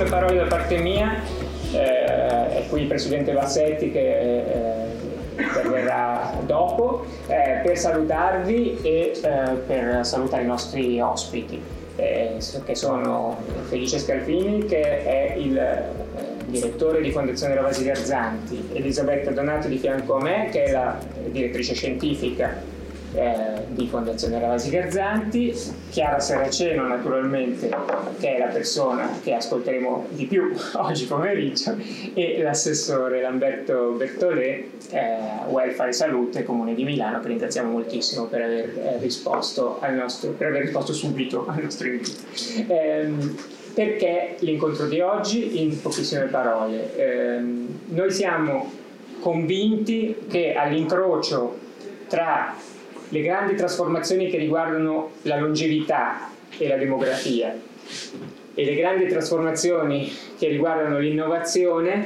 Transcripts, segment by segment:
pochissime parole da parte mia, e qui il Presidente Bassetti che interverrà dopo, per salutarvi e per salutare i nostri ospiti, che sono Felice Scalfini, che è il direttore di Fondazione Ravasi Garzanti, Elisabetta Donato di fianco a me, che è la direttrice scientifica di Fondazione Ravasi Garzanti, Chiara Saraceno naturalmente, che è la persona che ascolteremo di più oggi pomeriggio, e l'assessore Lamberto Bertolè, Welfare e Salute Comune di Milano, che ringraziamo moltissimo per aver risposto subito al nostro invito. Perché l'incontro di oggi? In pochissime parole, noi siamo convinti che all'incrocio tra le grandi trasformazioni che riguardano la longevità e la demografia e le grandi trasformazioni che riguardano l'innovazione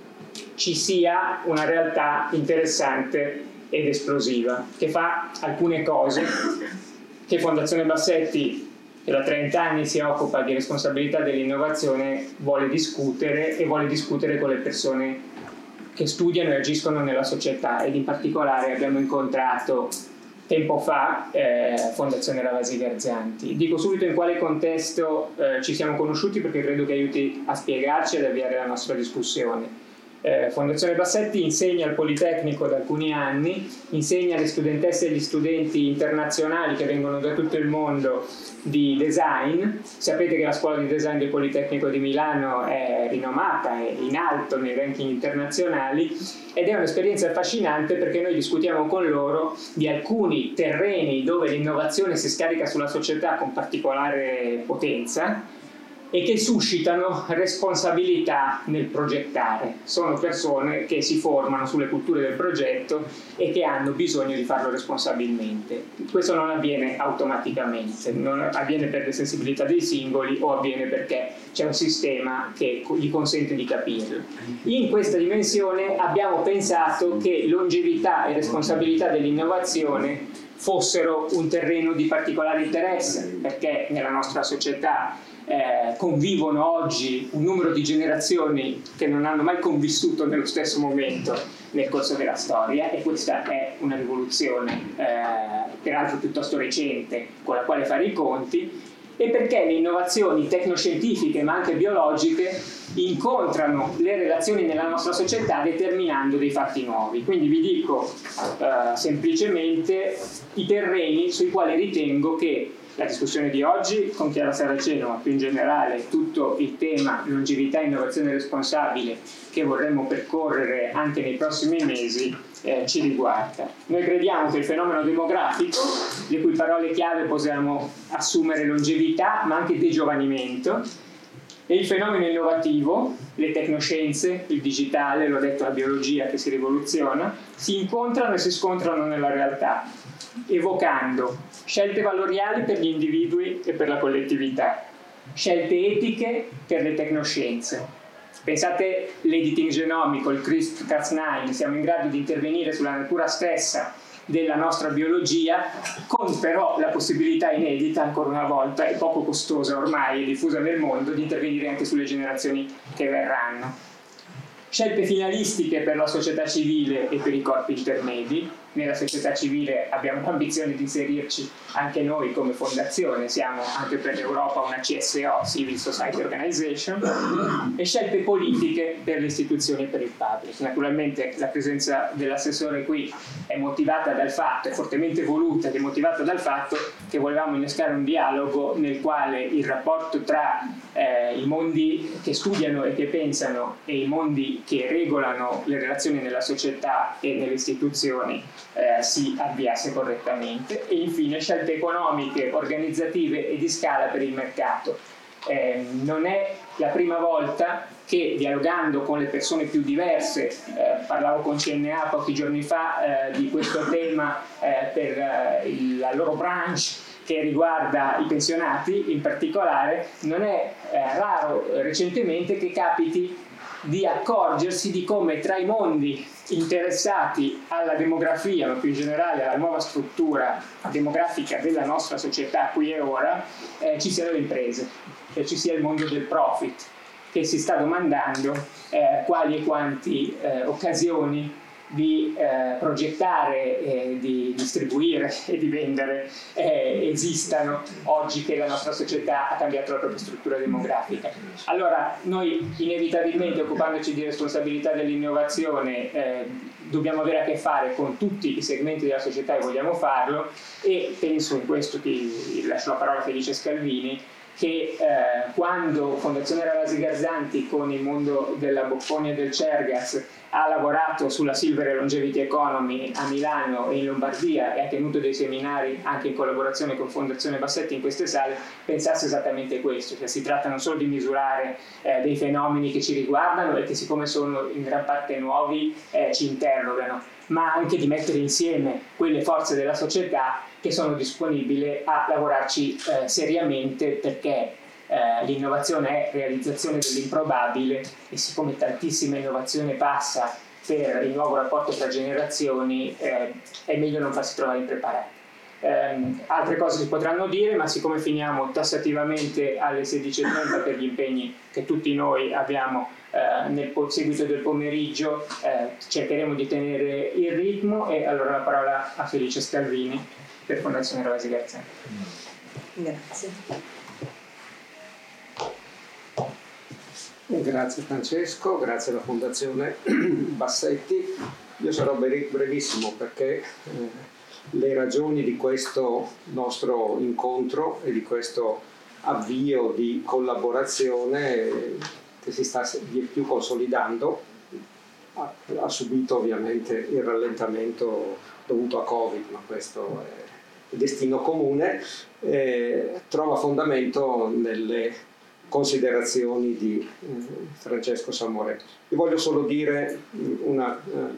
ci sia una realtà interessante ed esplosiva che fa alcune cose che Fondazione Bassetti, che da 30 anni si occupa di responsabilità dell'innovazione, vuole discutere, e vuole discutere con le persone che studiano e agiscono nella società, ed in particolare abbiamo incontrato tempo fa Fondazione Ravasi Garzanti. Dico subito in quale contesto ci siamo conosciuti, perché credo che aiuti a spiegarci e ad avviare la nostra discussione. Fondazione Bassetti insegna al Politecnico da alcuni anni, insegna alle studentesse e agli studenti internazionali che vengono da tutto il mondo di design. Sapete che la scuola di design del Politecnico di Milano è rinomata, è in alto nei ranking internazionali, ed è un'esperienza affascinante perché noi discutiamo con loro di alcuni terreni dove l'innovazione si scarica sulla società con particolare potenza e che suscitano responsabilità nel progettare. Sono persone che si formano sulle culture del progetto e che hanno bisogno di farlo responsabilmente. Questo non avviene automaticamente, non avviene per le sensibilità dei singoli o avviene perché c'è un sistema che gli consente di capirlo. In questa dimensione abbiamo pensato che longevità e responsabilità dell'innovazione fossero un terreno di particolare interesse, perché nella nostra società convivono oggi un numero di generazioni che non hanno mai convissuto nello stesso momento nel corso della storia, e questa è una rivoluzione peraltro piuttosto recente con la quale fare i conti, e perché le innovazioni tecnoscientifiche ma anche biologiche incontrano le relazioni nella nostra società determinando dei fatti nuovi. Quindi vi dico semplicemente i terreni sui quali ritengo che la discussione di oggi con Chiara Saraceno, ma più in generale tutto il tema longevità e innovazione responsabile che vorremmo percorrere anche nei prossimi mesi, ci riguarda. Noi crediamo che il fenomeno demografico, le cui parole chiave possiamo assumere longevità ma anche degiovanimento, e il fenomeno innovativo, le tecnoscienze, il digitale, l'ho detto, la biologia che si rivoluziona, si incontrano e si scontrano nella realtà, evocando scelte valoriali per gli individui e per la collettività, scelte etiche per le tecnoscienze. Pensate all'editing genomico, il CRISPR-Cas9, siamo in grado di intervenire sulla natura stessa della nostra biologia, con però la possibilità inedita, ancora una volta, e poco costosa ormai e diffusa nel mondo, di intervenire anche sulle generazioni che verranno. Scelte finalistiche per la società civile e per i corpi intermedi. Nella società civile abbiamo l'ambizione di inserirci anche noi come fondazione, siamo anche per l'Europa una CSO, Civil Society Organization, e scelte politiche per le istituzioni e per il public. Naturalmente la presenza dell'assessore qui è motivata dal fatto, è fortemente voluta ed è motivata dal fatto che volevamo innescare un dialogo nel quale il rapporto tra i mondi che studiano e che pensano e i mondi che regolano le relazioni nella società e nelle istituzioni si avviasse correttamente. E infine scelte economiche, organizzative e di scala per il mercato. Non è la prima volta che, dialogando con le persone più diverse, parlavo con CNA pochi giorni fa di questo tema per la loro branch che riguarda i pensionati in particolare, non è raro recentemente che capiti di accorgersi di come tra i mondi interessati alla demografia, ma più in generale alla nuova struttura demografica della nostra società qui e ora, ci siano le imprese, ci sia il mondo del profit. che si sta domandando quali e quanti occasioni di progettare, di distribuire e di vendere esistano oggi che la nostra società ha cambiato la propria struttura demografica. Allora noi inevitabilmente, occupandoci di responsabilità dell'innovazione, dobbiamo avere a che fare con tutti i segmenti della società e vogliamo farlo, e penso, in questo ti lascio la parola a Felice Scalvini, che quando Fondazione Ravasi Garzanti con il mondo della Bocconi e del Cergas ha lavorato sulla Silver e Longevity Economy a Milano e in Lombardia e ha tenuto dei seminari anche in collaborazione con Fondazione Bassetti in queste sale, pensasse esattamente questo, cioè si tratta non solo di misurare dei fenomeni che ci riguardano e che, siccome sono in gran parte nuovi, ci interrogano, ma anche di mettere insieme quelle forze della società che sono disponibili a lavorarci seriamente, perché l'innovazione è realizzazione dell'improbabile, e siccome tantissima innovazione passa per il nuovo rapporto tra generazioni, è meglio non farsi trovare impreparati. Altre cose si potranno dire, ma siccome finiamo tassativamente alle 16:30 per gli impegni che tutti noi abbiamo nel seguito del pomeriggio, cercheremo di tenere il ritmo, e allora la parola a Felice Scalvini per Fondazione Ravasi Garzanti. Grazie. Grazie Francesco, grazie alla Fondazione Bassetti. Io sarò brevissimo perché le ragioni di questo nostro incontro e di questo avvio di collaborazione che si sta via più consolidando ha subito ovviamente il rallentamento dovuto a Covid, ma questo è il destino comune, trova fondamento nelle considerazioni di Francesco Samoré. Io voglio solo dire una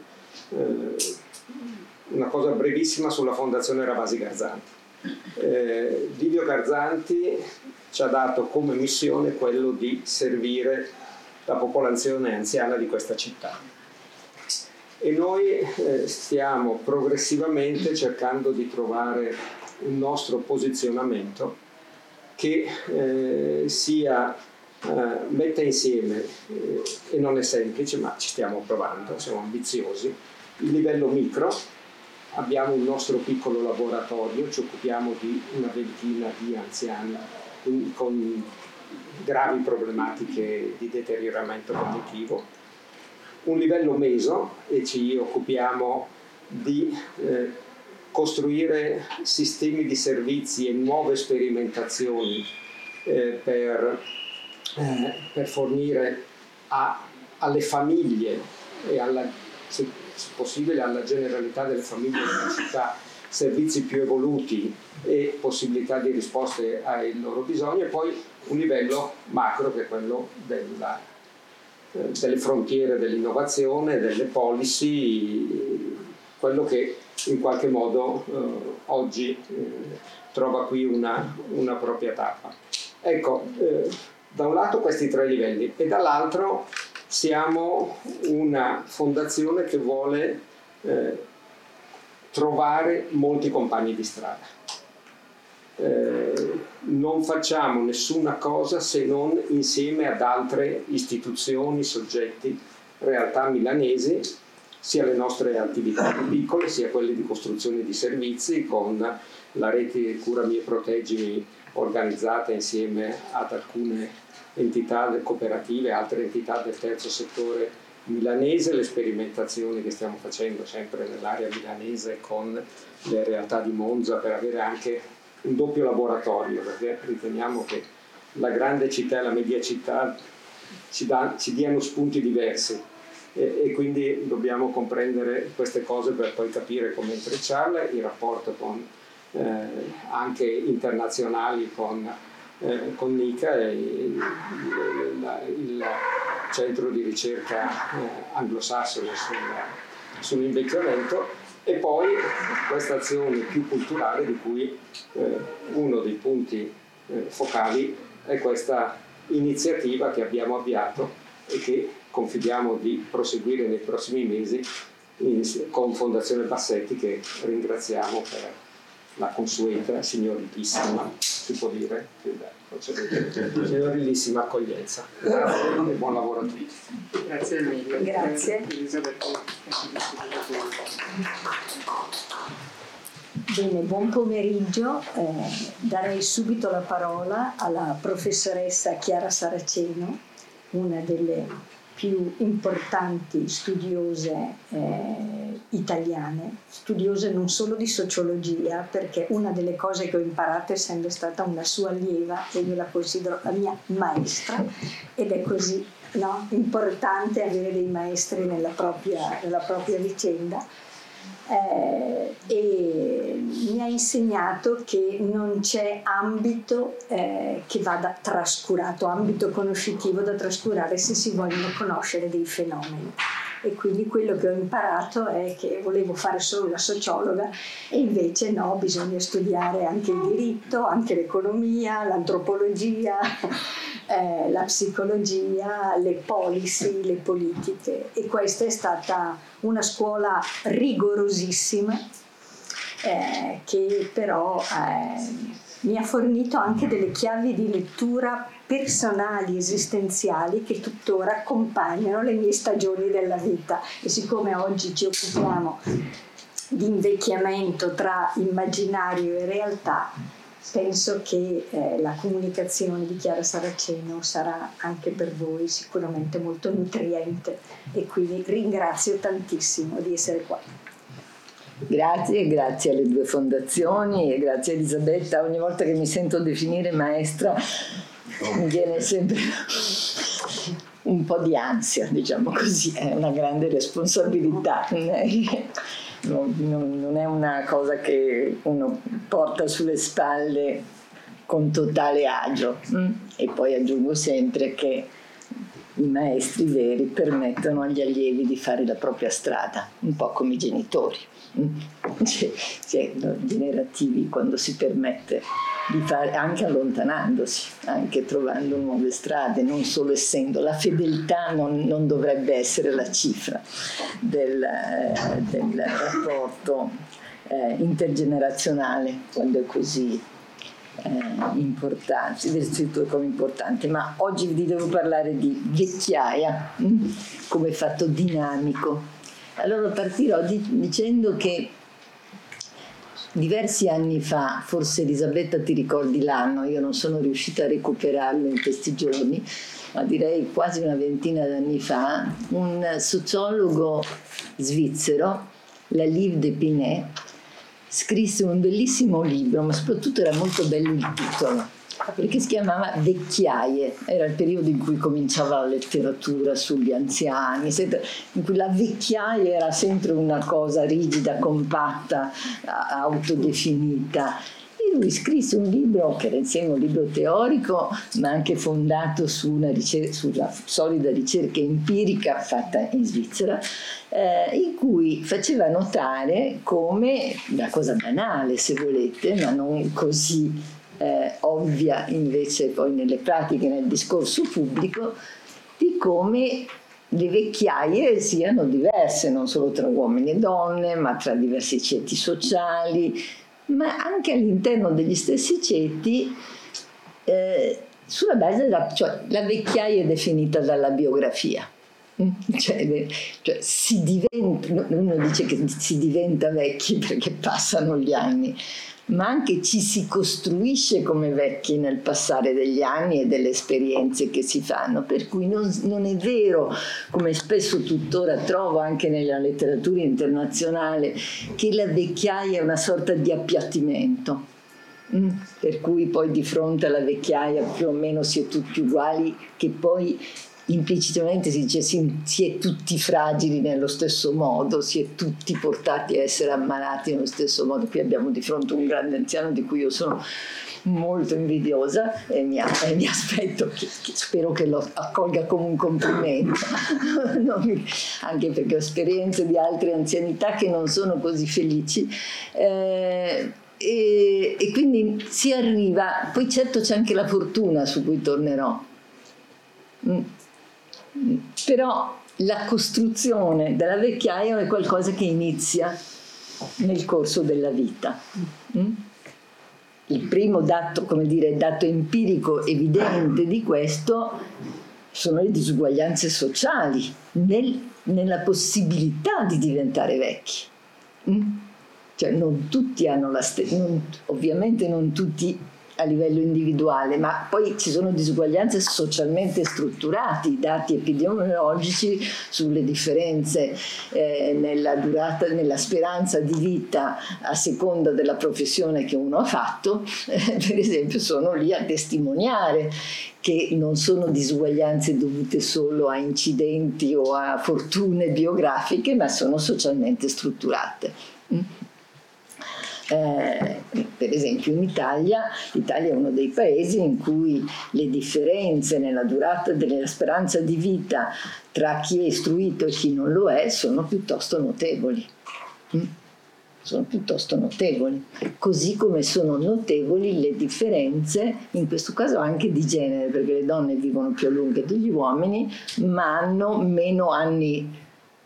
cosa brevissima sulla Fondazione Ravasi Garzanti. Livio Garzanti ci ha dato come missione quello di servire la popolazione anziana di questa città, e noi stiamo progressivamente cercando di trovare un nostro posizionamento che metta insieme, e non è semplice, ma ci stiamo provando, siamo ambiziosi, il livello micro. Abbiamo un nostro piccolo laboratorio, ci occupiamo di una ventina di anziani con gravi problematiche di deterioramento cognitivo. Un livello meso, e ci occupiamo di costruire sistemi di servizi e nuove sperimentazioni per fornire alle famiglie e se possibile alla generalità delle famiglie della città servizi più evoluti e possibilità di risposte ai loro bisogni, e poi un livello macro che è quello delle frontiere dell'innovazione, delle policy, quello che in qualche modo oggi trova qui una propria tappa. Ecco, da un lato questi tre livelli, e dall'altro siamo una fondazione che vuole trovare molti compagni di strada. Non facciamo nessuna cosa se non insieme ad altre istituzioni, soggetti, realtà milanesi, sia le nostre attività più piccole, sia quelle di costruzione di servizi, con la rete Curami e Proteggimi organizzata insieme ad alcune entità cooperative, altre entità del terzo settore milanese, le sperimentazioni che stiamo facendo sempre nell'area milanese con le realtà di Monza per avere anche un doppio laboratorio, perché riteniamo che la grande città e la media città ci diano spunti diversi, e quindi dobbiamo comprendere queste cose per poi capire come intrecciarle in rapporto con anche internazionali con NICA, il centro di ricerca anglosassone sull'invecchiamento, e poi questa azione più culturale di cui uno dei punti focali è questa iniziativa che abbiamo avviato e che confidiamo di proseguire nei prossimi mesi con Fondazione Bassetti, che ringraziamo per la consueta, signorilissima, si può dire, signorilissima accoglienza. Grazie e buon lavoro a tutti. Grazie mille. Grazie. Bene, buon pomeriggio. Darei subito la parola alla professoressa Chiara Saraceno, una delle più importanti studiose italiane, studiose non solo di sociologia, perché una delle cose che ho imparato essendo stata una sua allieva, e io la considero la mia maestra, ed è così, no? Importante avere dei maestri nella propria vicenda. E mi ha insegnato che non c'è ambito che vada trascurato, ambito conoscitivo da trascurare se si vogliono conoscere dei fenomeni. E quindi quello che ho imparato è che volevo fare solo la sociologa e invece no, bisogna studiare anche il diritto, anche l'economia, l'antropologia, la psicologia, le policy, le politiche, e questa è stata una scuola rigorosissima che però mi ha fornito anche delle chiavi di lettura personali, esistenziali, che tuttora accompagnano le mie stagioni della vita. E siccome oggi ci occupiamo di invecchiamento tra immaginario e realtà, penso che la comunicazione di Chiara Saraceno sarà anche per voi sicuramente molto nutriente, e quindi ringrazio tantissimo di essere qua. Grazie alle due fondazioni e grazie a Elisabetta. Ogni volta che mi sento definire maestra mi viene sempre un po' di ansia, diciamo così, è una grande responsabilità. Non è una cosa che uno porta sulle spalle con totale agio. E poi aggiungo sempre che i maestri veri permettono agli allievi di fare la propria strada, un po' come i genitori. Cioè, generativi, quando si permette di fare, anche allontanandosi, anche trovando nuove strade, non solo essendo la fedeltà non dovrebbe essere la cifra del rapporto intergenerazionale, quando è così importante, descritto come importante. Ma oggi vi devo parlare di vecchiaia come fatto dinamico. Allora partirò dicendo che diversi anni fa, forse Elisabetta ti ricordi l'anno, io non sono riuscita a recuperarlo in questi giorni, ma direi quasi una ventina d'anni fa, un sociologo svizzero, Lalhild de Pinay, scrisse un bellissimo libro, ma soprattutto era molto bello il titolo, perché si chiamava Vecchiaie. Era il periodo in cui cominciava la letteratura sugli anziani, in cui la vecchiaia era sempre una cosa rigida, compatta, autodefinita. E lui scrisse un libro che era insieme un libro teorico, ma anche fondato sulla solida ricerca empirica fatta in Svizzera, in cui faceva notare come, una cosa banale se volete, ma non così ovvia invece poi nelle pratiche, nel discorso pubblico, di come le vecchiaie siano diverse non solo tra uomini e donne, ma tra diversi ceti sociali, ma anche all'interno degli stessi ceti, sulla base cioè la vecchiaia è definita dalla biografia. Cioè si diventa, uno dice che si diventa vecchi perché passano gli anni, ma anche ci si costruisce come vecchi nel passare degli anni e delle esperienze che si fanno, per cui non è vero, come spesso tuttora trovo anche nella letteratura internazionale, che la vecchiaia è una sorta di appiattimento, per cui poi di fronte alla vecchiaia più o meno si è tutti uguali, che poi implicitamente si dice si è tutti fragili nello stesso modo, si è tutti portati a essere ammalati nello stesso modo. Qui abbiamo di fronte un grande anziano di cui io sono molto invidiosa e mi aspetto che spero che lo accolga come un complimento anche perché ho esperienze di altre anzianità che non sono così felici, e quindi si arriva, poi certo c'è anche la fortuna su cui tornerò, però la costruzione della vecchiaia è qualcosa che inizia nel corso della vita. Il primo dato empirico evidente di questo sono le disuguaglianze sociali nella possibilità di diventare vecchi. Cioè non tutti hanno ovviamente non tutti a livello individuale, ma poi ci sono disuguaglianze socialmente strutturate, i dati epidemiologici sulle differenze nella durata, nella speranza di vita a seconda della professione che uno ha fatto, per esempio, sono lì a testimoniare che non sono disuguaglianze dovute solo a incidenti o a fortune biografiche, ma sono socialmente strutturate. Per esempio l'Italia è uno dei paesi in cui le differenze nella durata della speranza di vita tra chi è istruito e chi non lo è sono piuttosto notevoli. Così come sono notevoli le differenze, in questo caso anche di genere, perché le donne vivono più a lungo degli uomini, ma hanno meno anni,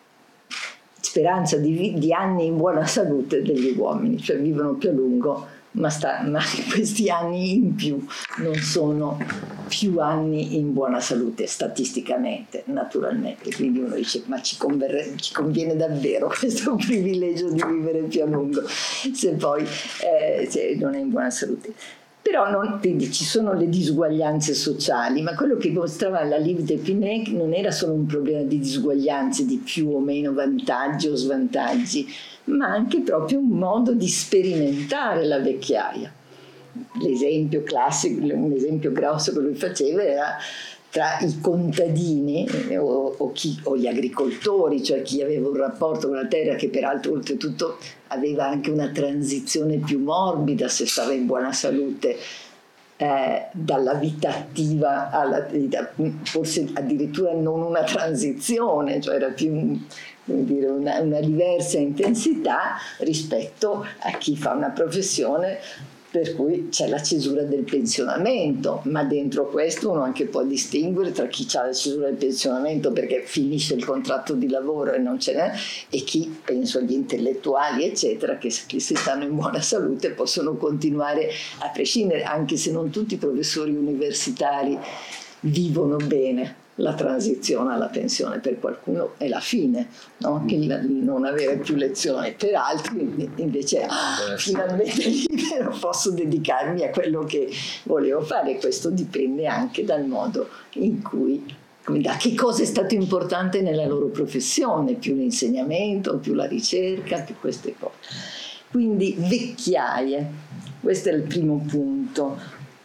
speranza di anni in buona salute degli uomini, cioè vivono più a lungo, ma questi anni in più non sono più anni in buona salute statisticamente, naturalmente. Quindi uno dice, ma ci conviene davvero questo privilegio di vivere più a lungo se poi non è in buona salute. Però quindi ci sono le disuguaglianze sociali, ma quello che mostrava la Livre d'Épinay non era solo un problema di disuguaglianze, di più o meno vantaggi o svantaggi, ma anche proprio un modo di sperimentare la vecchiaia. L'esempio classico, un esempio grosso che lui faceva era tra i contadini o gli agricoltori, cioè chi aveva un rapporto con la terra, che peraltro oltretutto aveva anche una transizione più morbida se stava in buona salute, dalla vita attiva alla vita, forse addirittura non una transizione, cioè era più una diversa intensità rispetto a chi fa una professione per cui c'è la cesura del pensionamento, ma dentro questo uno anche può distinguere tra chi ha la cesura del pensionamento perché finisce il contratto di lavoro e non ce n'è, e chi, penso agli intellettuali eccetera, che se stanno in buona salute possono continuare a prescindere, anche se non tutti i professori universitari vivono bene la transizione alla pensione. Per qualcuno è la fine, no? Che non avere più lezioni, per altri invece finalmente libero, posso dedicarmi a quello che volevo fare. Questo dipende anche dal modo in cui, da che cosa è stato importante nella loro professione, più l'insegnamento, più la ricerca, più queste cose. Quindi vecchiaie, questo è il primo punto.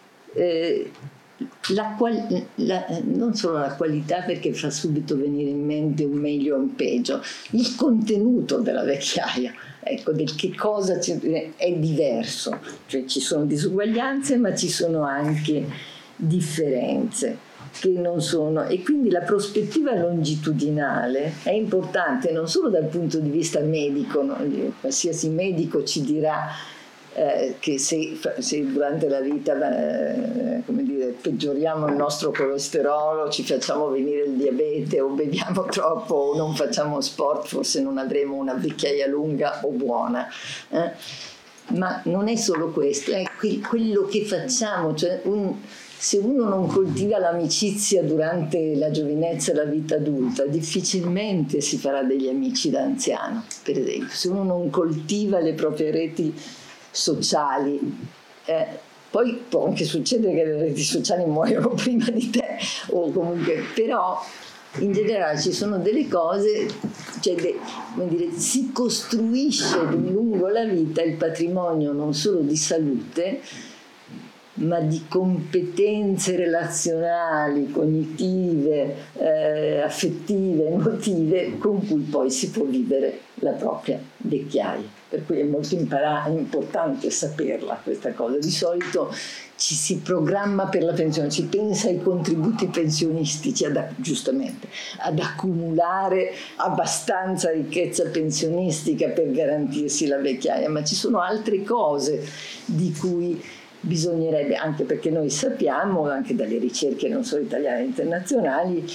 Non solo la qualità, perché fa subito venire in mente un meglio o un peggio, il contenuto della vecchiaia, ecco, del che cosa è diverso, cioè ci sono disuguaglianze ma ci sono anche differenze che non sono, e quindi la prospettiva longitudinale è importante non solo dal punto di vista medico, no? Qualsiasi medico ci dirà che se durante la vita peggioriamo il nostro colesterolo, ci facciamo venire il diabete o beviamo troppo o non facciamo sport, forse non avremo una vecchiaia lunga o buona. Ma non è solo questo, è quello che facciamo, cioè se uno non coltiva l'amicizia durante la giovinezza e la vita adulta, difficilmente si farà degli amici da anziano, per esempio. Se uno non coltiva le proprie reti sociali, poi può anche succedere che le reti sociali muoiono prima di te, o comunque, però in generale ci sono delle cose, cioè si costruisce lungo la vita il patrimonio non solo di salute, ma di competenze relazionali, cognitive, affettive, emotive, con cui poi si può vivere la propria vecchiaia. Per cui è molto importante saperla questa cosa. Di solito ci si programma per la pensione, si pensa ai contributi pensionistici, giustamente, ad accumulare abbastanza ricchezza pensionistica per garantirsi la vecchiaia, ma ci sono altre cose di cui bisognerebbe, anche perché noi sappiamo, anche dalle ricerche non solo italiane e internazionali,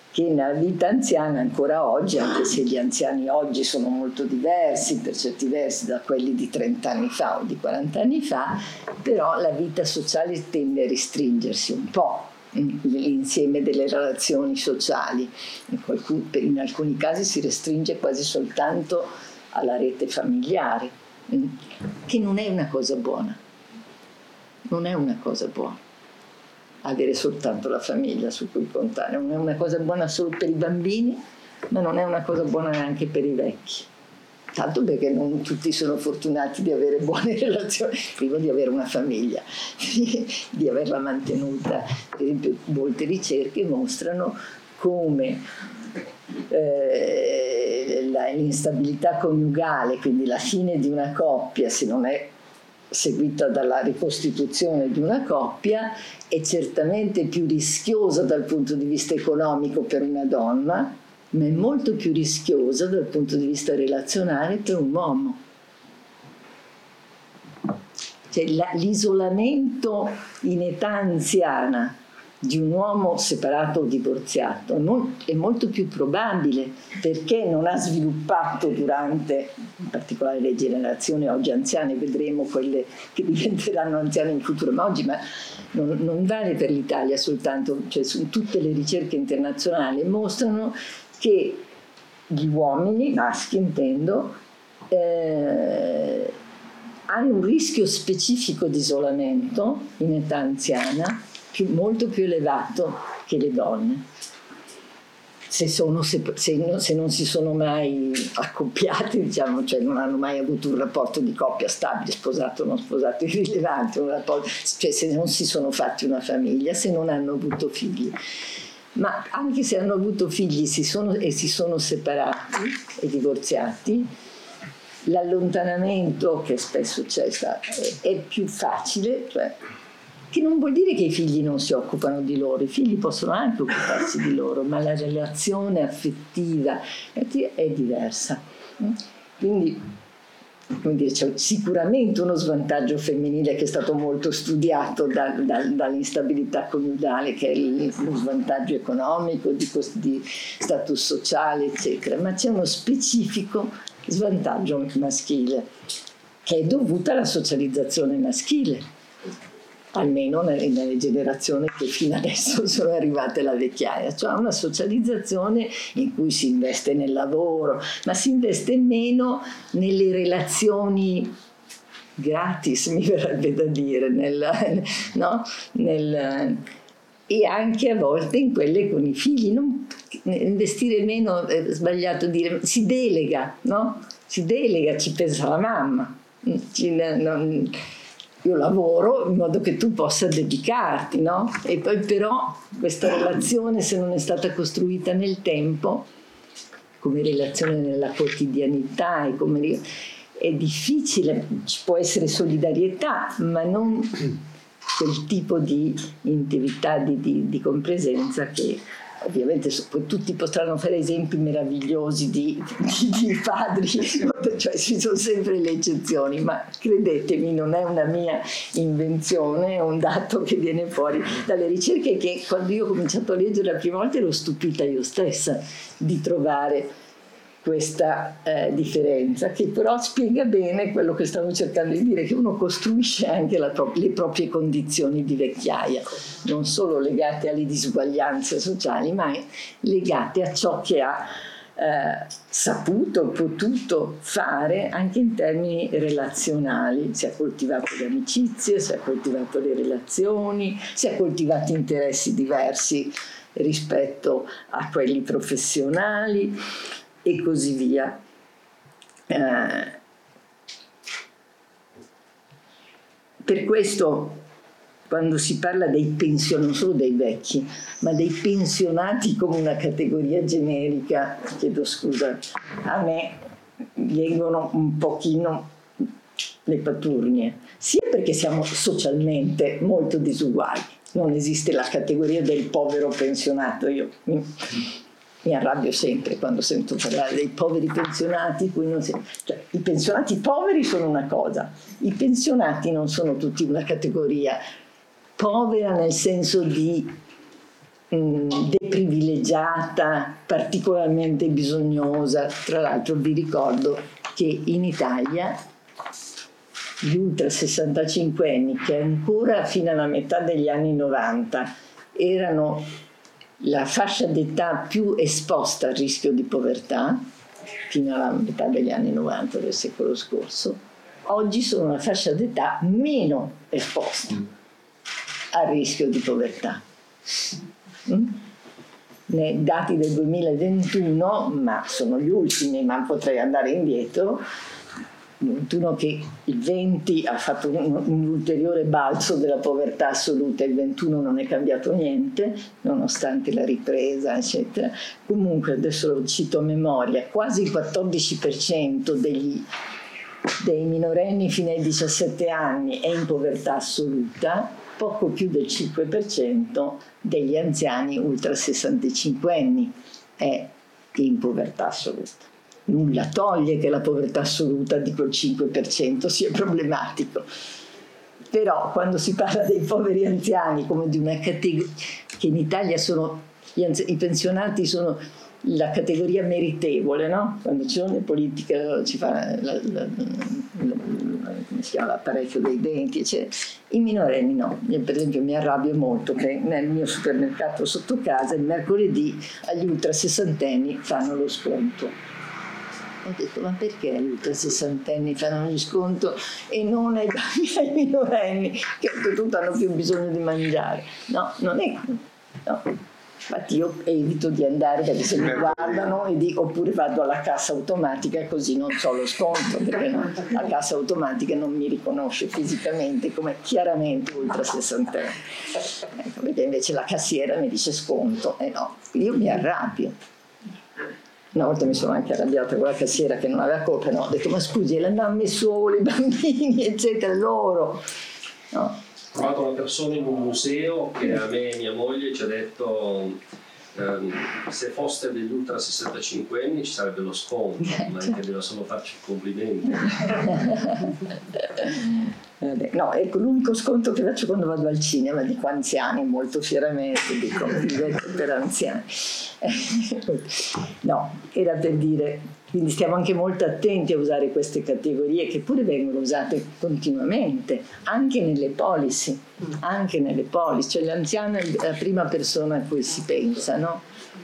che nella vita anziana ancora oggi, anche se gli anziani oggi sono molto diversi, per certi versi da quelli di 30 anni fa o di 40 anni fa, però la vita sociale tende a restringersi un po', l'insieme delle relazioni sociali. In alcuni casi si restringe quasi soltanto alla rete familiare, che non è una cosa buona. Non è una cosa buona avere soltanto la famiglia su cui contare, non è una cosa buona solo per i bambini, ma non è una cosa buona neanche per i vecchi, tanto perché non tutti sono fortunati di avere buone relazioni, prima di avere una famiglia, di averla mantenuta. Per esempio, molte ricerche mostrano come l'instabilità coniugale, quindi la fine di una coppia, se non è seguita dalla ricostituzione di una coppia, è certamente più rischiosa dal punto di vista economico per una donna, ma è molto più rischiosa dal punto di vista relazionale per un uomo. Cioè, l'isolamento in età anziana di un uomo separato o divorziato è molto più probabile, perché non ha sviluppato durante, in particolare le generazioni oggi anziane, vedremo quelle che diventeranno anziane in futuro, ma oggi non vale per l'Italia soltanto, cioè su tutte le ricerche internazionali mostrano che gli uomini, maschi intendo, hanno un rischio specifico di isolamento in età anziana molto più elevato che le donne, se non si sono mai accoppiati, diciamo, cioè non hanno mai avuto un rapporto di coppia stabile, sposato o non sposato, irrilevante, cioè se non si sono fatti una famiglia, se non hanno avuto figli. Ma anche se hanno avuto figli si sono separati e divorziati, l'allontanamento che spesso c'è è più facile, cioè, che non vuol dire che i figli non si occupano di loro, i figli possono anche occuparsi di loro, ma la relazione affettiva è diversa. Quindi, come dire, c'è sicuramente uno svantaggio femminile che è stato molto studiato dall'instabilità coniugale, che è lo svantaggio economico, di status sociale, eccetera, ma c'è uno specifico svantaggio maschile che è dovuto alla socializzazione maschile, almeno nelle generazioni che fino adesso sono arrivate alla vecchiaia, cioè una socializzazione in cui si investe nel lavoro, ma si investe meno nelle relazioni gratis, mi verrebbe da dire, e anche a volte in quelle con i figli. Investire meno, è sbagliato dire, si delega, no? Si delega, ci pensa la mamma. Io lavoro in modo che tu possa dedicarti, no? E poi però questa relazione, se non è stata costruita nel tempo, come relazione nella quotidianità, è difficile. Ci può essere solidarietà, ma non quel tipo di intimità, di compresenza che ovviamente poi tutti potranno fare esempi meravigliosi di padri, cioè ci sono sempre le eccezioni, ma credetemi, non è una mia invenzione, è un dato che viene fuori dalle ricerche, che quando io ho cominciato a leggere la prima volta ero stupita io stessa di trovare questa differenza, che però spiega bene quello che stavo cercando di dire, che uno costruisce anche le proprie condizioni di vecchiaia, non solo legate alle disuguaglianze sociali, ma legate a ciò che ha potuto fare anche in termini relazionali. Si è coltivato le amicizie, si è coltivato le relazioni, si è coltivato interessi diversi rispetto a quelli professionali e così via. Per questo, quando si parla dei pensionati, non solo dei vecchi, ma dei pensionati come una categoria generica, chiedo scusa, a me vengono un pochino le paturnie, sia perché siamo socialmente molto disuguali, non esiste la categoria del povero pensionato. Io mi arrabbio sempre quando sento parlare dei poveri pensionati, cioè, i pensionati poveri sono una cosa, i pensionati non sono tutti una categoria povera nel senso di deprivilegiata, particolarmente bisognosa. Tra l'altro vi ricordo che in Italia gli ultra 65 anni, che ancora fino alla metà degli anni 90 erano la fascia d'età più esposta al rischio di povertà, fino alla metà degli anni 90 del secolo scorso, oggi sono la fascia d'età meno esposta al rischio di povertà. Nei dati del 2021, ma sono gli ultimi, ma potrei andare indietro, 21 che il 20 ha fatto un ulteriore balzo della povertà assoluta, il 21 non è cambiato niente, nonostante la ripresa, eccetera. Comunque, adesso lo cito a memoria, quasi il 14% dei minorenni fino ai 17 anni è in povertà assoluta, poco più del 5% degli anziani ultra 65 anni è in povertà assoluta. Nulla toglie che la povertà assoluta di quel 5% sia problematico, però quando si parla dei poveri anziani come di una categoria, che in Italia sono i pensionati sono la categoria meritevole, no? Quando ci sono le politiche ci fa come si chiama, l'apparecchio dei denti, eccetera. I minorenni no. Io, per esempio, mi arrabbio molto che nel mio supermercato sotto casa il mercoledì agli ultra sessantenni fanno lo sconto. Ho detto, ma perché gli ultra sessantenni fanno gli sconto e non ai minorenni che oltretutto hanno più bisogno di mangiare? No, non è no. Infatti io evito di andare perché se mi guardano e dico, oppure vado alla cassa automatica così non so lo sconto, perché no, la cassa automatica non mi riconosce fisicamente come chiaramente ultra sessantenne. Ecco, perché invece la cassiera mi dice sconto e no, io mi arrabbio. Una volta mi sono anche arrabbiata con la cassiera che non aveva colpa, no, ho detto ma scusi, le mamme sole, i bambini eccetera, loro no. Ho trovato una persona in un museo che a me e mia moglie ci ha detto se foste degli ultra 65 anni ci sarebbe lo sconto, ma che deve solo farci i complimenti. No, ecco, l'unico sconto che faccio quando vado al cinema, dico anziani molto fieramente, dico biglietto per anziani. No, era per dire, quindi stiamo anche molto attenti a usare queste categorie che pure vengono usate continuamente, anche nelle policy, cioè l'anziano è la prima persona a cui si pensa, no?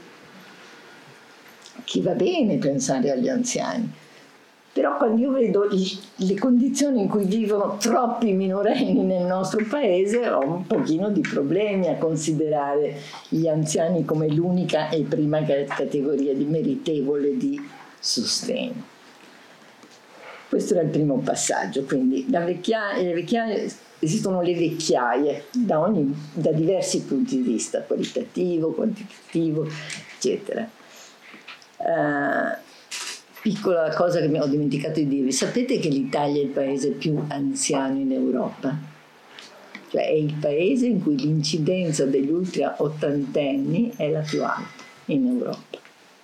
Chi va bene pensare agli anziani. Però quando io vedo le condizioni in cui vivono troppi minorenni nel nostro paese ho un pochino di problemi a considerare gli anziani come l'unica e prima categoria meritevole di sostegno. Questo era il primo passaggio, quindi esistono le vecchiaie da diversi punti di vista, qualitativo, quantitativo, eccetera. Piccola cosa che mi ho dimenticato di dirvi, sapete che l'Italia è il paese più anziano in Europa? Cioè è il paese in cui l'incidenza degli ultra ottantenni è la più alta in Europa.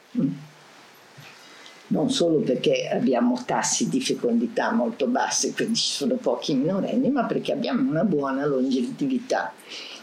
Non solo perché abbiamo tassi di fecondità molto bassi, quindi ci sono pochi minorenni, ma perché abbiamo una buona longevità.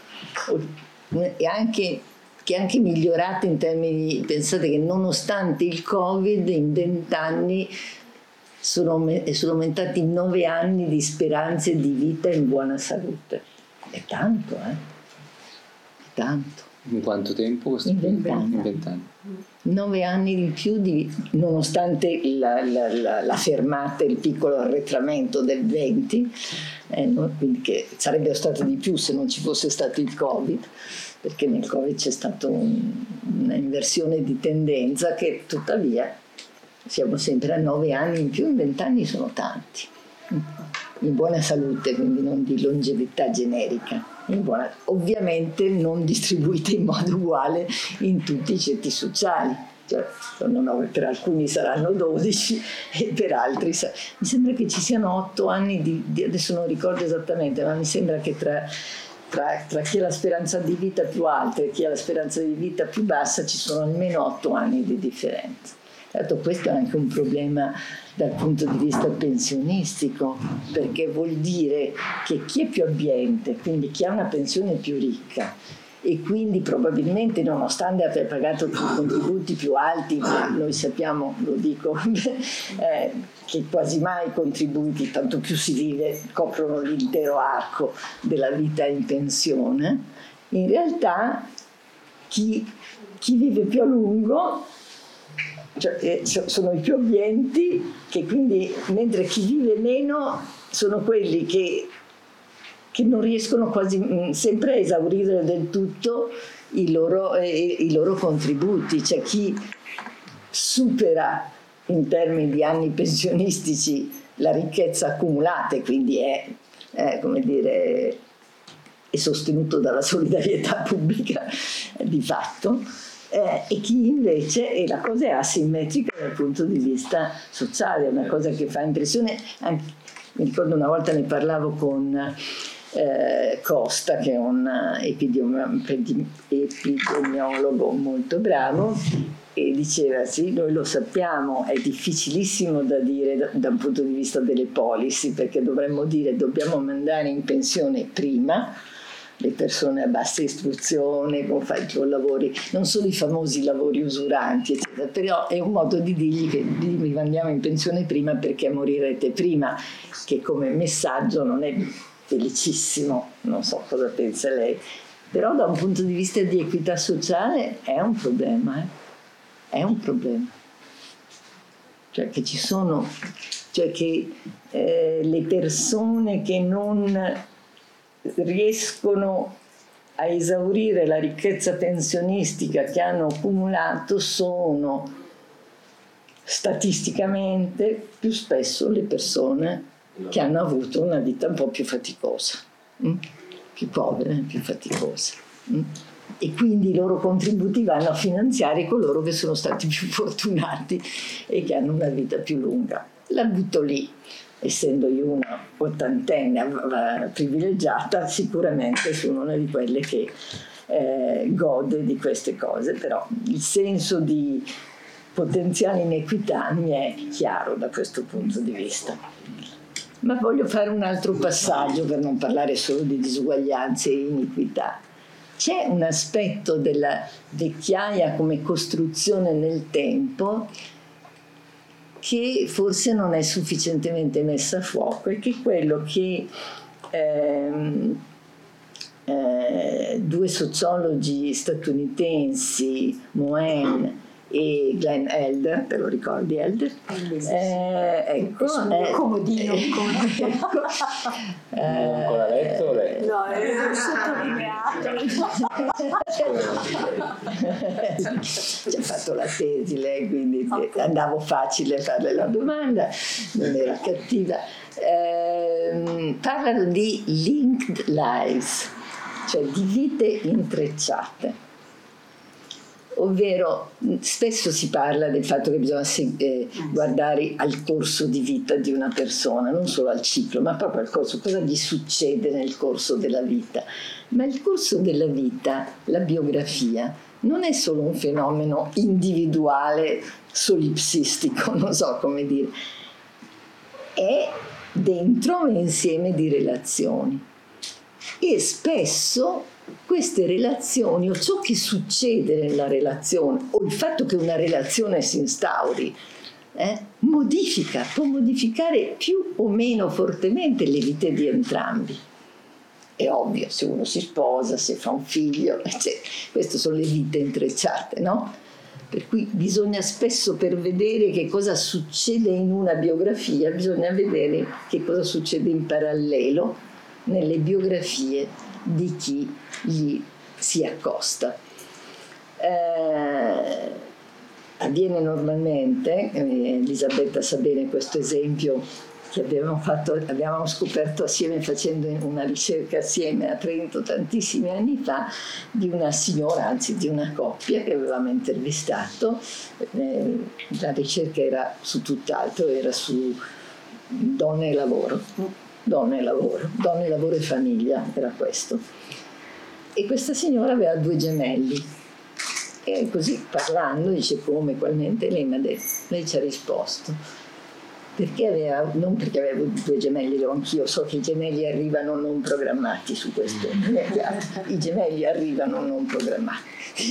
E anche che è anche migliorata in termini, pensate che nonostante il Covid in 20 anni sono aumentati 9 anni di speranze di vita in buona salute. È tanto, È tanto. In quanto tempo? In 20 anni. In 20 anni. 9 anni di più, nonostante la fermata, il piccolo arretramento del 20, quindi che sarebbe stato di più se non ci fosse stato il Covid, perché nel Covid c'è stata un'inversione di tendenza che tuttavia siamo sempre a 9 anni in più, in 20 anni sono tanti. In buona salute, quindi non di longevità generica, ovviamente non distribuite in modo uguale in tutti i ceti sociali, cioè, per alcuni saranno 12 e per altri mi sembra che ci siano 8 anni adesso non ricordo esattamente, ma mi sembra che tra chi ha la speranza di vita più alta e chi ha la speranza di vita più bassa ci sono almeno 8 anni di differenza. Certo, questo è anche un problema dal punto di vista pensionistico, perché vuol dire che chi è più abbiente, quindi chi ha una pensione più ricca e quindi probabilmente, nonostante abbia pagato contributi più alti, ma noi sappiamo, lo dico, che quasi mai i contributi, tanto più si vive, coprono l'intero arco della vita in pensione, in realtà chi vive più a lungo, cioè, sono i più abbienti, che quindi, mentre chi vive meno sono quelli che non riescono quasi sempre a esaurire del tutto i loro contributi. Cioè chi supera in termini di anni pensionistici la ricchezza accumulata e quindi come dire, è sostenuto dalla solidarietà pubblica di fatto, e chi invece, e la cosa è asimmetrica dal punto di vista sociale, è una cosa che fa impressione. Anche, mi ricordo una volta ne parlavo con Costa, che è un epidemiologo molto bravo, e diceva sì, noi lo sappiamo, è difficilissimo da dire da un punto di vista delle policy, perché dovremmo dire dobbiamo mandare in pensione prima le persone a bassa istruzione, con lavori, non solo i famosi lavori usuranti, eccetera, però è un modo di dirgli che vi mandiamo in pensione prima perché morirete prima, che come messaggio non è felicissimo, non so cosa pensa lei, però da un punto di vista di equità sociale è un problema, è un problema. Cioè che ci sono, cioè che le persone che non riescono a esaurire la ricchezza pensionistica che hanno accumulato sono statisticamente più spesso le persone che hanno avuto una vita un po' più faticosa, più povera, più faticosa. E quindi i loro contributi vanno a finanziare coloro che sono stati più fortunati e che hanno una vita più lunga. La butto lì. Essendo io una ottantenne privilegiata, sicuramente sono una di quelle che gode di queste cose, però il senso di potenziale inequità mi è chiaro da questo punto di vista. Ma voglio fare un altro passaggio per non parlare solo di disuguaglianze e iniquità. C'è un aspetto della vecchiaia come costruzione nel tempo che forse non è sufficientemente messa a fuoco, e che è quello che due sociologi statunitensi, Moen e Glenn Elder, te lo ricordi Elder? Ecco, comodino. Ecco, non ancora letto lei? No, è sottolineato. Ci ha fatto la tesi lei, quindi andavo facile a farle la domanda, non era cattiva. Parlano di linked lives, cioè di vite intrecciate. Ovvero, spesso si parla del fatto che bisogna guardare al corso di vita di una persona, non solo al ciclo, ma proprio al corso, cosa gli succede nel corso della vita. Ma il corso della vita, la biografia, non è solo un fenomeno individuale, solipsistico, non so come dire, è dentro un insieme di relazioni. E spesso queste relazioni, o ciò che succede nella relazione, o il fatto che una relazione si instauri, può modificare più o meno fortemente le vite di entrambi. È ovvio, se uno si sposa, se fa un figlio, queste sono le vite intrecciate, no? Per cui bisogna spesso, per vedere che cosa succede in una biografia, bisogna vedere che cosa succede in parallelo nelle biografie di chi gli si accosta. Avviene normalmente, Elisabetta sa bene questo esempio che abbiamo scoperto assieme facendo una ricerca assieme a Trento tantissimi anni fa, di una signora, anzi di una coppia che avevamo intervistato. La ricerca era su tutt'altro, era su donne e lavoro. Donne e lavoro e famiglia, era questo. E questa signora aveva 2 gemelli e, E così parlando, dice come, qualmente, lei ci ha risposto: non perché avevo 2 gemelli, ero anch'io, so che i gemelli arrivano non programmati su questo, i gemelli arrivano non programmati.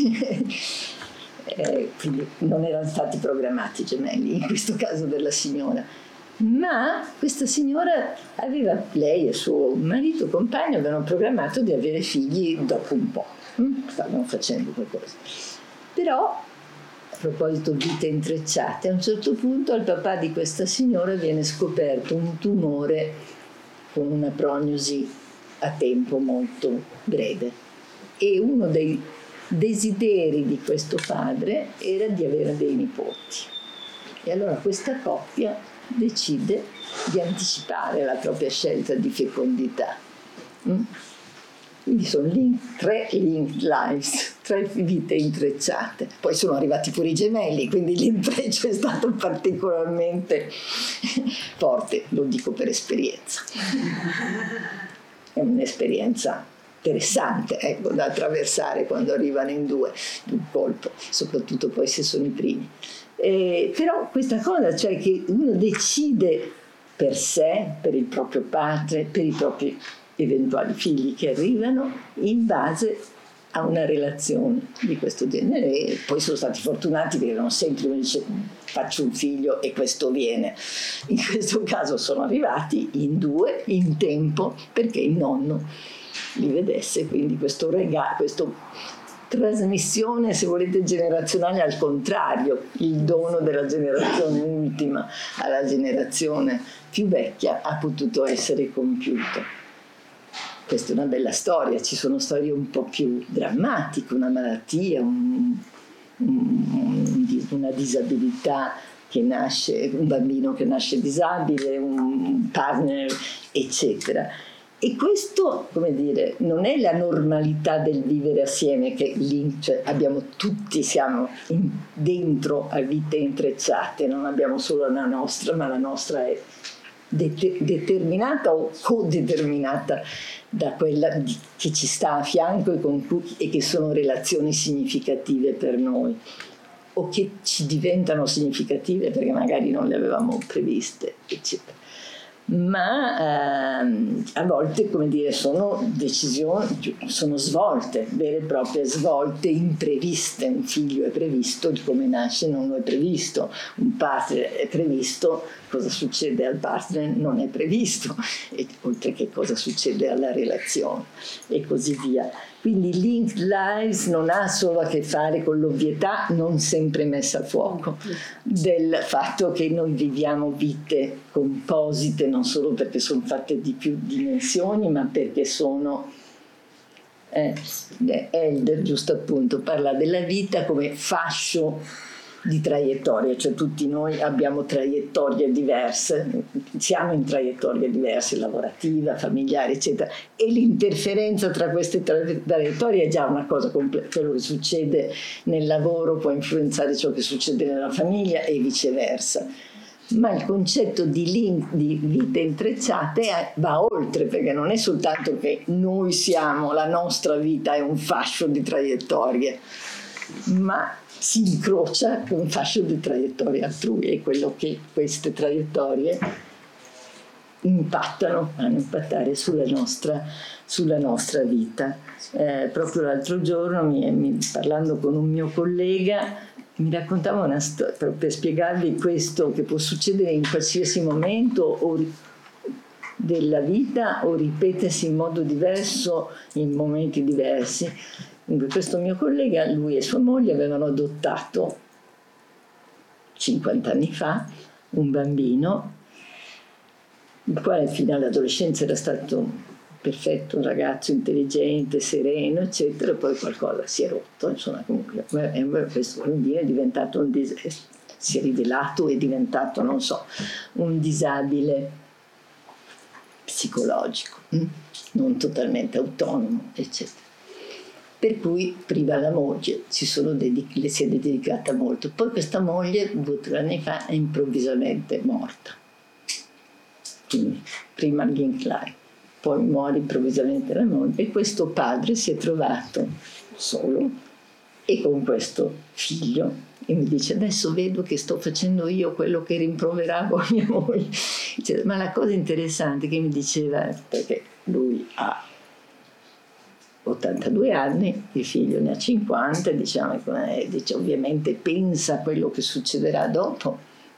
Quindi non erano stati programmati i gemelli, in questo caso della signora. Ma questa signora lei e suo marito compagno avevano programmato di avere figli dopo un po', stavano facendo qualcosa. Però, a proposito di vite intrecciate, a un certo punto al papà di questa signora viene scoperto un tumore con una prognosi a tempo molto breve, e uno dei desideri di questo padre era di avere dei nipoti, e allora questa coppia decide di anticipare la propria scelta di fecondità. Quindi sono 3 linked lives, 3 vite intrecciate. Poi sono arrivati pure i gemelli, quindi l'intreccio è stato particolarmente forte, lo dico per esperienza. È un'esperienza interessante, ecco, da attraversare quando arrivano in 2 d'un colpo, soprattutto poi se sono i primi. Però questa cosa, cioè che uno decide per sé, per il proprio padre, per i propri eventuali figli che arrivano, in base a una relazione di questo genere, e poi sono stati fortunati perché non sempre uno dice faccio un figlio e questo viene. In questo caso sono arrivati in 2 in tempo perché il nonno li vedesse, quindi questo trasmissione, se volete, generazionale, al contrario, il dono della generazione ultima alla generazione più vecchia ha potuto essere compiuto. Questa è una bella storia, ci sono storie un po' più drammatiche, una malattia, una disabilità che nasce, un bambino che nasce disabile, un partner, eccetera. E questo, come dire, non è la normalità del vivere assieme, che lì, cioè, siamo dentro a vite intrecciate, non abbiamo solo la nostra, ma la nostra è determinata o codeterminata da quella che ci sta a fianco e che sono relazioni significative per noi, o che ci diventano significative perché magari non le avevamo previste, eccetera. Ma a volte, come dire, sono decisioni, sono svolte, vere e proprie svolte impreviste. Un figlio è previsto, il come nasce non lo è previsto, un partner è previsto, cosa succede al partner non è previsto, e oltre che cosa succede alla relazione, e così via. Quindi Linked Lives non ha solo a che fare con l'ovvietà, non sempre messa a fuoco, del fatto che noi viviamo vite composite, non solo perché sono fatte di più dimensioni, ma perché sono... Elder, giusto appunto, parla della vita come fascio di traiettoria, cioè tutti noi abbiamo traiettorie diverse, siamo in traiettorie diverse, lavorativa, familiare, eccetera, e l'interferenza tra queste traiettorie è già una cosa complessa. Quello che succede nel lavoro può influenzare ciò che succede nella famiglia e viceversa. Ma il concetto di vite intrecciate va oltre, perché non è soltanto che noi siamo, la nostra vita è un fascio di traiettorie, ma si incrocia con un fascio di traiettorie altrui, e quello che queste traiettorie vanno a impattare sulla nostra vita. Proprio l'altro giorno, parlando con un mio collega, mi raccontava una storia per spiegarvi questo, che può succedere in qualsiasi momento della vita o ripetersi in modo diverso in momenti diversi. Questo mio collega, lui e sua moglie avevano adottato 50 anni fa un bambino, il quale fino all'adolescenza era stato perfetto, un ragazzo intelligente, sereno, eccetera. Poi qualcosa si è rotto, insomma, comunque questo bambino è diventato si è rivelato, è diventato, non so, un disabile psicologico, non totalmente autonomo, eccetera. Per cui prima la moglie le si è dedicata molto. Poi questa moglie 2 o 3 anni fa è improvvisamente morta. Quindi prima l'incline, poi muore improvvisamente la moglie, e questo padre si è trovato solo e con questo figlio E mi dice: adesso vedo che sto facendo io quello che rimproveravo a mia moglie. Dice, ma la cosa interessante che mi diceva, perché lui ha 82 anni, il figlio ne ha 50, diciamo, dice, ovviamente pensa a quello che succederà dopo.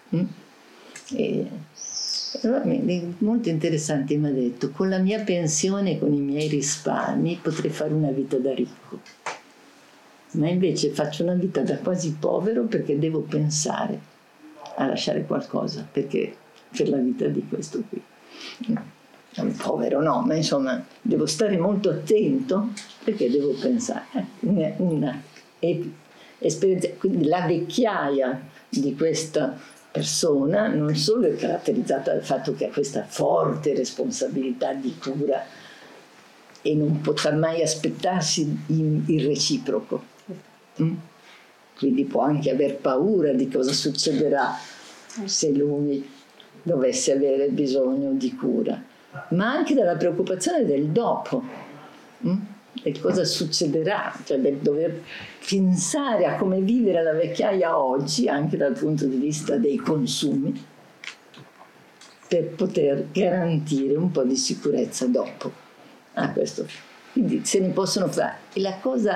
E allora, molto interessante, mi ha detto: con la mia pensione e con i miei risparmi potrei fare una vita da ricco, ma invece faccio una vita da quasi povero perché devo pensare a lasciare qualcosa perché per la vita di questo qui. Povero no, ma insomma devo stare molto attento perché devo pensare. Una esperienza. Quindi la vecchiaia di questa persona non solo è caratterizzata dal fatto che ha questa forte responsabilità di cura e non potrà mai aspettarsi il reciproco, quindi può anche aver paura di cosa succederà se lui dovesse avere bisogno di cura, ma anche dalla preoccupazione del dopo, e cosa succederà, cioè del dover pensare a come vivere la vecchiaia oggi anche dal punto di vista dei consumi per poter garantire un po' di sicurezza dopo. Questo. Quindi se ne possono fare. E la cosa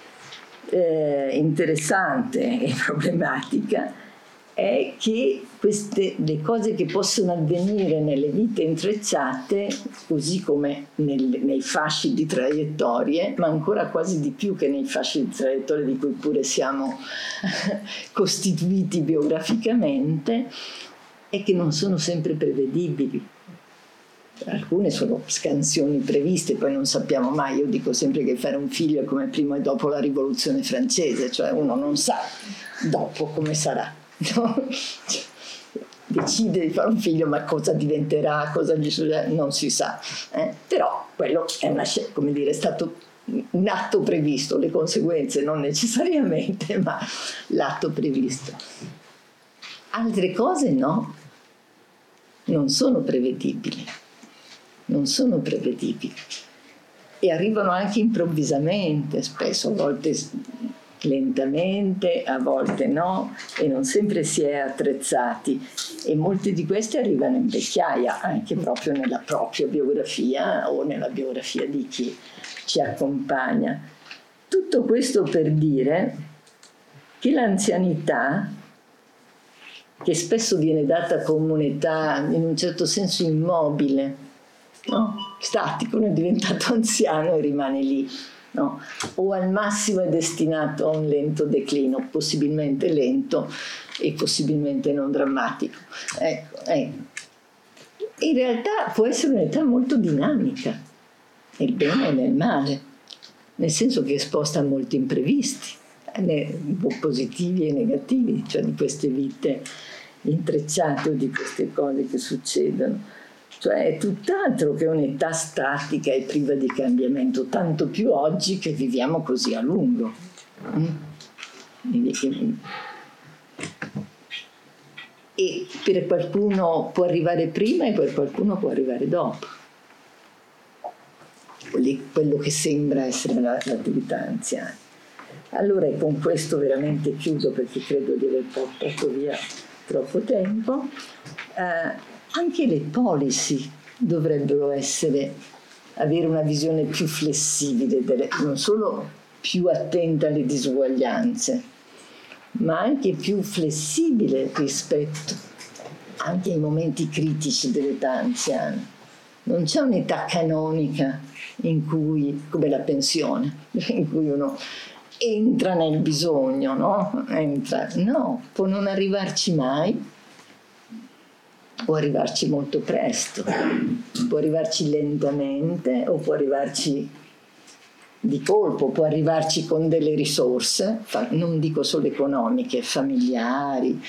interessante e problematica è che le cose che possono avvenire nelle vite intrecciate, così come nei fasci di traiettorie, ma ancora quasi di più che nei fasci di traiettorie di cui pure siamo costituiti biograficamente, è che non sono sempre prevedibili. Alcune sono scansioni previste, poi non sappiamo mai. Io dico sempre che fare un figlio è come prima e dopo la rivoluzione francese, cioè uno non sa dopo come sarà, no? Decide di fare un figlio, ma cosa diventerà, cosa gli succederà, non si sa. Però quello è come dire, è stato un atto previsto, le conseguenze non necessariamente, ma l'atto previsto. Altre cose no, non sono prevedibili. Non sono prevedibili e arrivano anche improvvisamente, spesso, a volte lentamente, a volte no, e non sempre si è attrezzati, e molte di queste arrivano in vecchiaia, anche proprio nella propria biografia o nella biografia di chi ci accompagna. Tutto questo per dire che l'anzianità, che spesso viene data come un'età in un certo senso immobile, no? Statico, uno è diventato anziano e rimane lì, no? O al massimo è destinato a un lento declino, possibilmente lento e possibilmente non drammatico. Ecco. In realtà può essere un'età molto dinamica, nel bene e nel male, nel senso che è esposta a molti imprevisti, positivi e negativi, cioè di queste vite intrecciate o di queste cose che succedono. Cioè è tutt'altro che un'età statica e priva di cambiamento, tanto più oggi che viviamo così a lungo. E per qualcuno può arrivare prima e per qualcuno può arrivare dopo. Quello che sembra essere l'attività anziana. Allora, con questo veramente chiudo, perché credo di aver portato via troppo tempo. Anche le policy dovrebbero avere una visione più flessibile, non solo più attenta alle disuguaglianze, ma anche più flessibile rispetto anche ai momenti critici dell'età anziana. Non c'è un'età canonica in cui, come la pensione, in cui uno entra nel bisogno, no? No, può non arrivarci mai. Può arrivarci molto presto, può arrivarci lentamente o può arrivarci di colpo, può arrivarci con delle risorse, non dico solo economiche, familiari,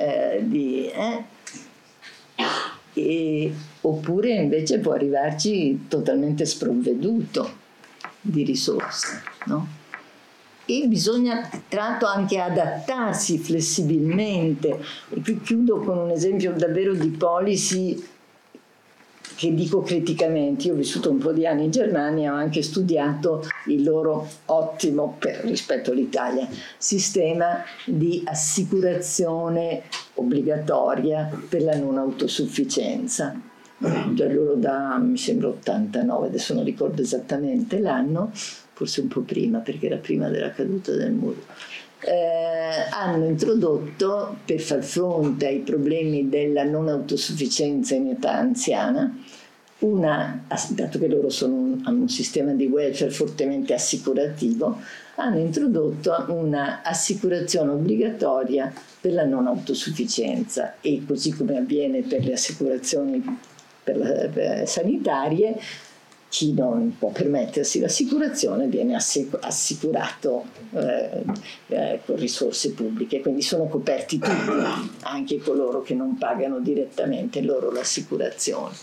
oppure invece può arrivarci totalmente sprovveduto di risorse, no? E bisogna tra l'altro anche adattarsi flessibilmente. E qui chiudo con un esempio davvero di policy che dico criticamente, io ho vissuto un po' di anni in Germania, ho anche studiato il loro ottimo, rispetto all'Italia, sistema di assicurazione obbligatoria per la non autosufficienza. Loro mi sembra 89, adesso non ricordo esattamente l'anno, forse un po' prima perché era prima della caduta del muro. Hanno introdotto, per far fronte ai problemi della non autosufficienza in età anziana, dato che loro hanno un sistema di welfare fortemente assicurativo, hanno introdotto una assicurazione obbligatoria per la non autosufficienza, e così come avviene per le assicurazioni sanitarie, chi non può permettersi l'assicurazione viene assicurato con risorse pubbliche, quindi sono coperti tutti, anche coloro che non pagano direttamente loro l'assicurazione.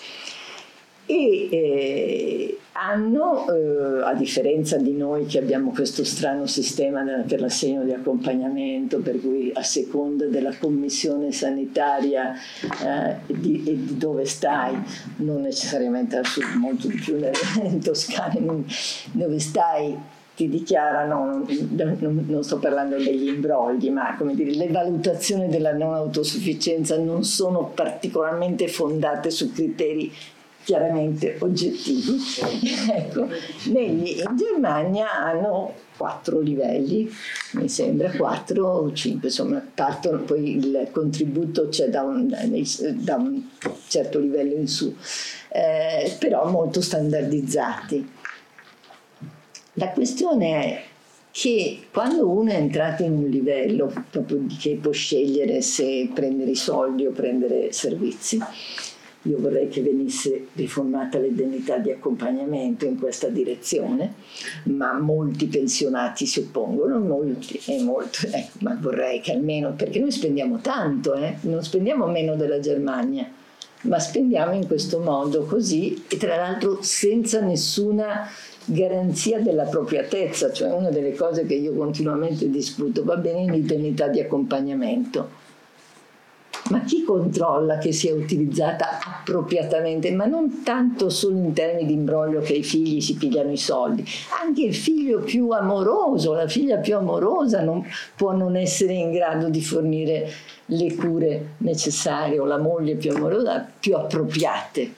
E hanno, a differenza di noi che abbiamo questo strano sistema per l'assegno di accompagnamento, per cui a seconda della commissione sanitaria e di dove stai, non necessariamente al sud, molto di più in Toscana, dove stai ti dichiarano, non sto parlando degli imbrogli, ma come dire, le valutazioni della non autosufficienza non sono particolarmente fondate su criteri chiaramente oggettivi. Ecco, in Germania hanno 4 livelli, mi sembra 4 o 5, insomma, partono, poi il contributo c'è da un certo livello in su, però molto standardizzati. La questione è che quando uno è entrato in un livello proprio che può scegliere se prendere i soldi o prendere servizi, io vorrei che venisse riformata l'indennità di accompagnamento in questa direzione, ma molti pensionati si oppongono, ma vorrei che almeno, perché noi spendiamo tanto, non spendiamo meno della Germania, ma spendiamo in questo modo così, e tra l'altro senza nessuna garanzia dell'appropriatezza, cioè una delle cose che io continuamente discuto: va bene l'indennità di accompagnamento, ma chi controlla che sia utilizzata appropriatamente? Ma non tanto solo in termini di imbroglio che i figli si pigliano i soldi, anche il figlio più amoroso, la figlia più amorosa può non essere in grado di fornire le cure necessarie, o la moglie più amorosa più appropriate.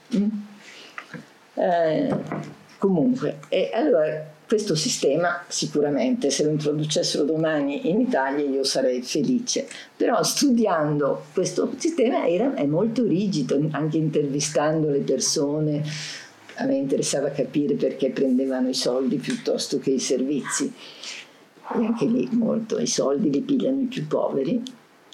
Comunque, allora questo sistema sicuramente, se lo introducessero domani in Italia, io sarei felice, però studiando questo sistema è molto rigido, anche intervistando le persone a me interessava capire perché prendevano i soldi piuttosto che i servizi, e anche lì molto i soldi li pigliano i più poveri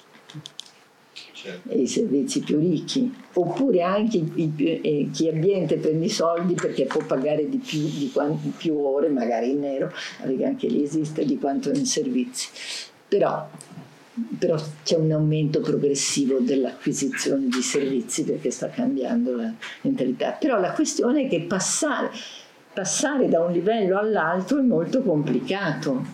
e i servizi più ricchi, oppure anche chi è abbiente prende i soldi perché può pagare di più ore, magari in nero, perché anche lì esiste, di quanto in servizi. Però c'è un aumento progressivo dell'acquisizione di servizi perché sta cambiando la mentalità. Però la questione è che passare da un livello all'altro è molto complicato.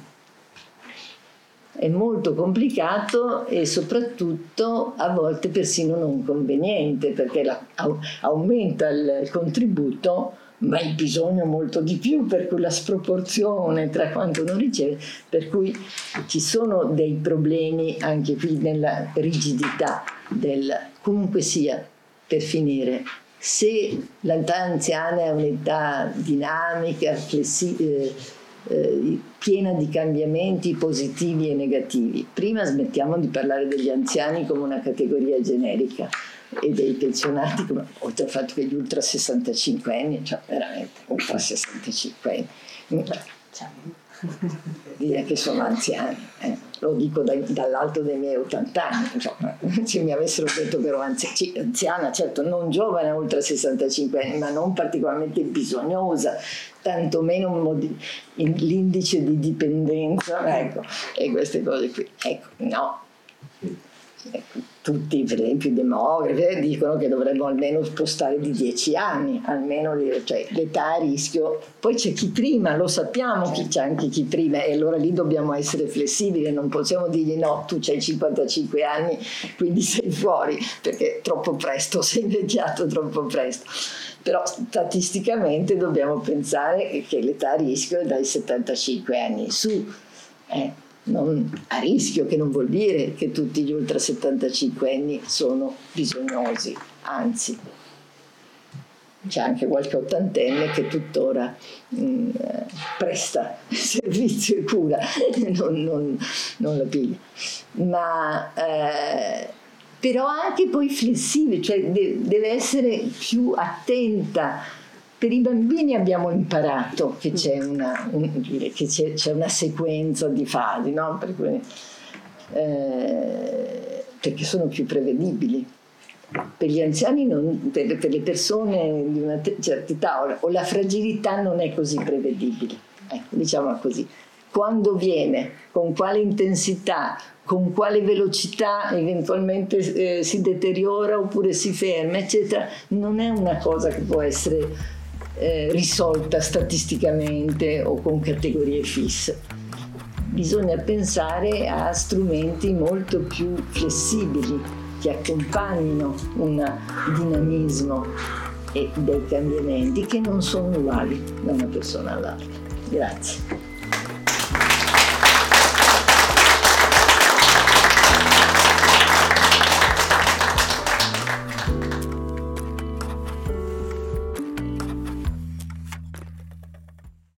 È molto complicato e soprattutto a volte persino non conveniente, perché aumenta il contributo ma il bisogno molto di più, per cui la sproporzione tra quanto uno riceve, per cui ci sono dei problemi anche qui nella rigidità comunque sia, per finire, se l'età anziana è un'età dinamica, piena di cambiamenti positivi e negativi. Prima smettiamo di parlare degli anziani come una categoria generica e dei pensionati come, oltre al fatto che gli ultra 65 anni, cioè veramente ultra 65 anni, dire che sono anziani, lo dico dall'alto dei miei 80 anni, insomma, se mi avessero detto che ero anziana, certo non giovane oltre 65 anni, ma non particolarmente bisognosa, tantomeno l'indice di dipendenza, ecco, e queste cose qui, ecco, no. Ecco. tutti, per esempio i demografi, dicono che dovremmo almeno spostare di 10 anni, almeno, cioè l'età a rischio. Poi c'è chi prima, lo sappiamo, c'è anche chi prima, e allora lì dobbiamo essere flessibili, non possiamo dirgli no, tu c'hai 55 anni, quindi sei fuori, perché troppo presto, sei invecchiato troppo presto. Però statisticamente dobbiamo pensare che l'età a rischio è dai 75 anni in su. Non a rischio, che non vuol dire che tutti gli ultra 75 anni sono bisognosi, anzi c'è anche qualche ottantenne che tuttora presta servizio e cura, non la piglia, ma però anche poi flessibile, cioè deve essere più attenta. Per i bambini abbiamo imparato che c'è una sequenza di fasi, no? Perché sono più prevedibili. Per gli anziani, per le persone di una certa età, o la fragilità non è così prevedibile. Ecco, diciamo così. Quando viene, con quale intensità, con quale velocità eventualmente si deteriora oppure si ferma, eccetera, non è una cosa che può essere risolta statisticamente o con categorie fisse. Bisogna pensare a strumenti molto più flessibili che accompagnino un dinamismo e dei cambiamenti che non sono uguali da una persona all'altra. Grazie.